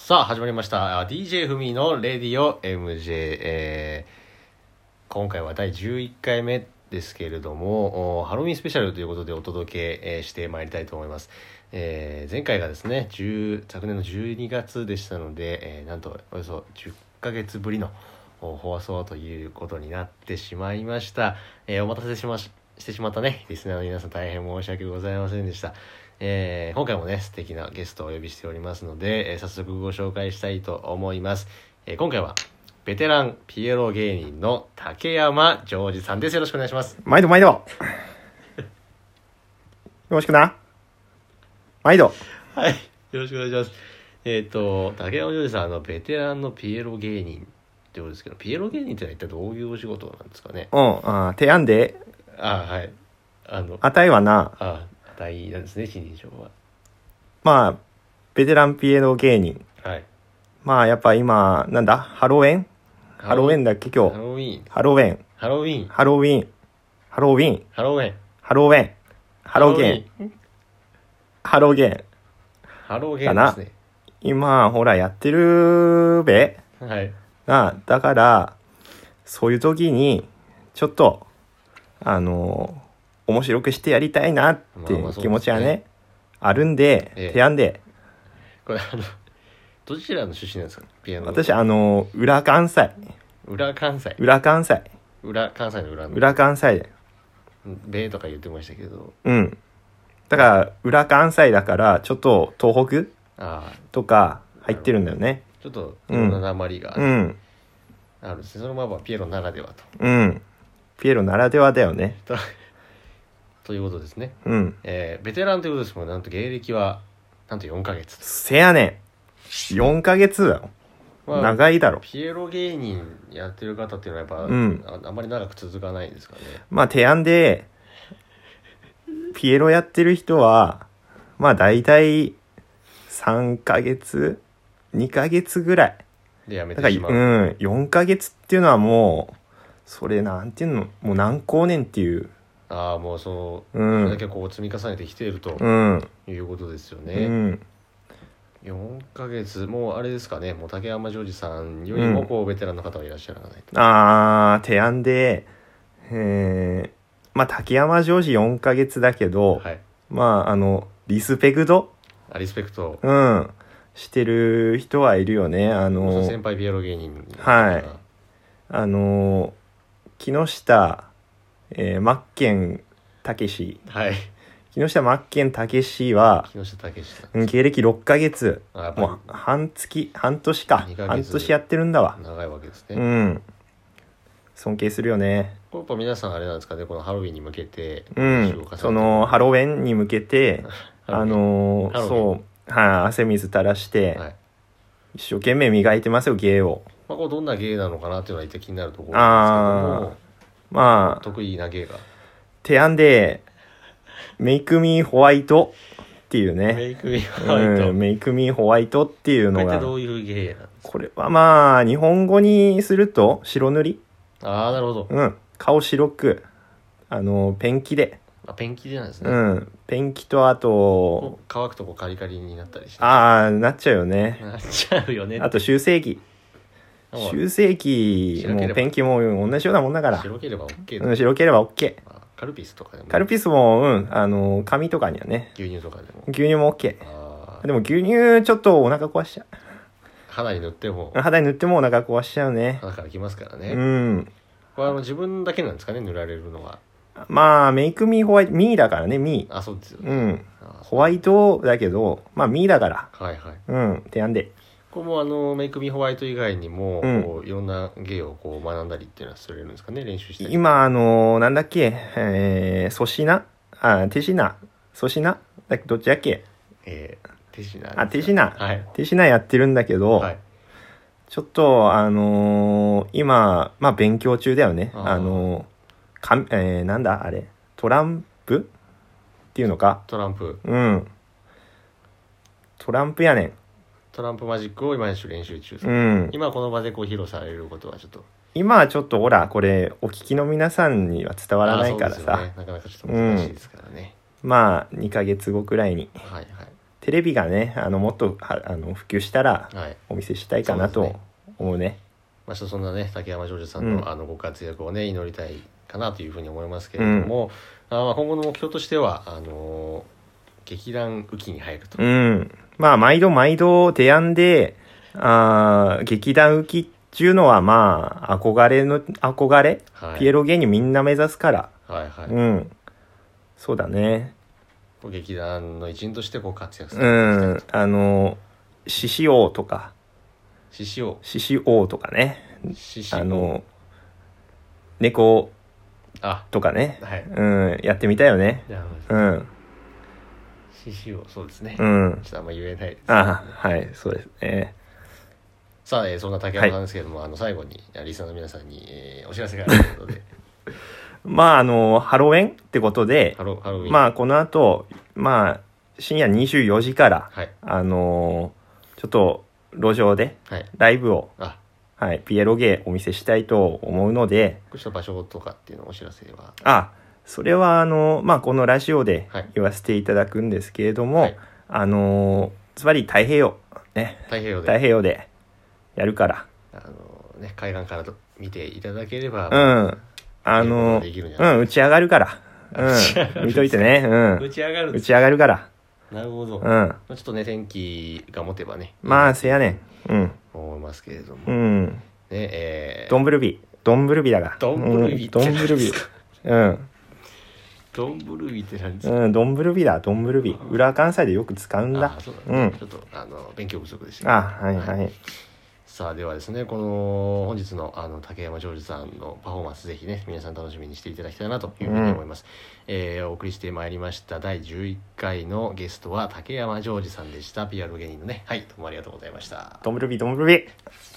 さあ始まりました DJ ふみのレディオ MJ、今回は第11回目ですけれどもハロウィンスペシャルということでお届け、してまいりたいと思います。前回がですね昨年の12月でしたので、なんとおよそ10ヶ月ぶりの放送ということになってしまいました。お待たせしてしまったねリスナーの皆さん、大変申し訳ございませんでした。今回もね素敵なゲストをお呼びしておりますので、早速ご紹介したいと思います。今回はベテランピエロ芸人の竹山ジョージさんです。よろしくお願いします。 毎度よろしくな。毎度。 はい、よろしくお願いします。竹山ジョージさん、ベテランのピエロ芸人ってことですけど、ピエロ芸人ってのは一体どういうお仕事なんですかね。 提案で。 はい。 あたいはな。 値なんですね、新人賞は。 まあベテランピエロ芸人。 はい。 まあやっぱ今なんだハロウィンだっけ今日。ハロウィン。ハロウィンですね。 今ほらやってるべ。 はい。 だからそういう時にちょっと面白くしてやりたいなっていう気持ちはね、あるんで、提案で。 これどちらの出身なんですか、ピアノ。 私裏関西の裏で米とか言ってましたけど、 だから裏関西だからちょっと東北とか入ってるんだよね。 ちょっといろんな訛りがあるんですね。そのままピエロならではと。 ピエロならではだよね。 ということですね。ベテランということですもん。なんと芸歴はなんと4ヶ月。 せやねん。4ヶ月だよ。長いだろ。 ピエロ芸人やってる方っていうのはやっぱ、あんまり長く続かないですかね。 まあ提案でピエロやってる人はまあ大体3ヶ月2ヶ月ぐらいでやめてしまう。 4ヶ月っていうのはもうそれなんていうの、もう何光年っていう。 もうそれだけこう積み重ねてきているということですよね。4ヶ月、もうあれですかね、もう竹山ジョージさんよりもこうベテランの方はいらっしゃらないと。 提案で、まあ竹山ジョージ4ヶ月だけど、まあリスペクトしてる人はいるよね。 先輩ピエロ芸人。 木下マッケンたけし。木下マッケンたけしは芸歴6ヶ月、もう半年やってるんだわ。 長いわけですね。 尊敬するよね。 やっぱ皆さんあれなんですかね、このハロウィンに向けて、 そのハロウィンに向けて汗水垂らして、一生懸命磨いてますよ、芸を。 これどんな芸なのかなっていうのは一体気になるところなんですけども、 まあ得意な芸が提案でメイクミーホワイトっていうね。 メイクミーホワイトっていうのが、 これってどういう芸なんですか。 これはまあ日本語にすると白塗り。 なるほど。 顔白くペンキで。 ペンキでなんですね。 ペンキとあと乾くとカリカリになったりして。 なっちゃうよね。あと修正器もペンキも同じようなもんだから。 白ければ OK。 白ければ OK。 カルピスとかでも。 カルピスも紙とかにはね。 牛乳とかでも。 牛乳も OK。でも牛乳ちょっとお腹壊しちゃう。 肌に塗ってもお腹壊しちゃうね。 肌からきますからね。これ自分だけなんですかね、塗られるのは。 まあメイクミーホワイト、ミーだからね、ミー。 そうですよね。 ホワイトだけどまあミーだから。提案で。 これもメイクミーホワイト以外にも、いろんな芸をこう学んだりっていうのはするんですかね、練習したり。 今なんだっけ、粗品手品粗品だっけ、どっちだっけ。 手品手品やってるんだけど、ちょっと今まあ勉強中だよね。なんだあれ、トランプっていうのか。トランプやねん。 トランプマジックを今練習中。今この場でこう披露されることはちょっと。 今はちょっとほらこれお聞きの皆さんには伝わらないからさ。 なかなかちょっと難しいですからね。 まあ2ヶ月後くらいにテレビがねもっと普及したらはいお見せしたいかなと思うね。 まあ、そんなね竹山ジョージさんの、ご活躍をね祈りたいかなというふうに思いますけれども、まあ今後の目標としては劇団雨季に入ると。 まあ毎度提案で劇団雨季っていうのはまあ憧れ、 はい、 ピエロ芸人みんな目指すから、 はいはい、 そうだね。 劇団の一員としてこう活躍する。 獅子王とか獅子王とかね、猫とかね、 はい、 やってみたいよね。 獅子王、そうですね。ちょっとあんま言えないです、ね。 はい、そうですね。 さあ、そんな竹山さんですけれども、はい、最後にリスナーの皆さんに、お知らせがあるということで。 まあハロウィンってことで、 ハロウィン、 まあこの後、まあ深夜24時から、 はい、 ちょっと路上でライブを、はい、ピエロゲーお見せしたいと思うので、 こうした場所とかっていうのお知らせは？ それはまあこのラジオで言わせていただくんですけれども、はい、つまり太平洋ね、太平洋でやるから、 ね、海岸から見ていただければ、 打ち上がるから、見といてね、 打ち上がるから。 なるほど。ちょっとね、天気が持てばね。 まあ、せやねん。 思いますけれども。 ね、ドンブルビだが。 ドンブルビ。 ドンブルビって何ですか？ ドンブルビだ、ドンブルビ。裏関西でよく使うんだ。 そうだね。ちょっと、勉強不足でした。 はいはい。 さあではですね、この本日の竹山ジョージさんのパフォーマンスぜひね皆さん楽しみにしていただきたいなというふうに思います。お送りしてまいりました第11回のゲストは竹山ジョージさんでした。PR 芸人のね、はい、どうもありがとうございました。 ドンブルビ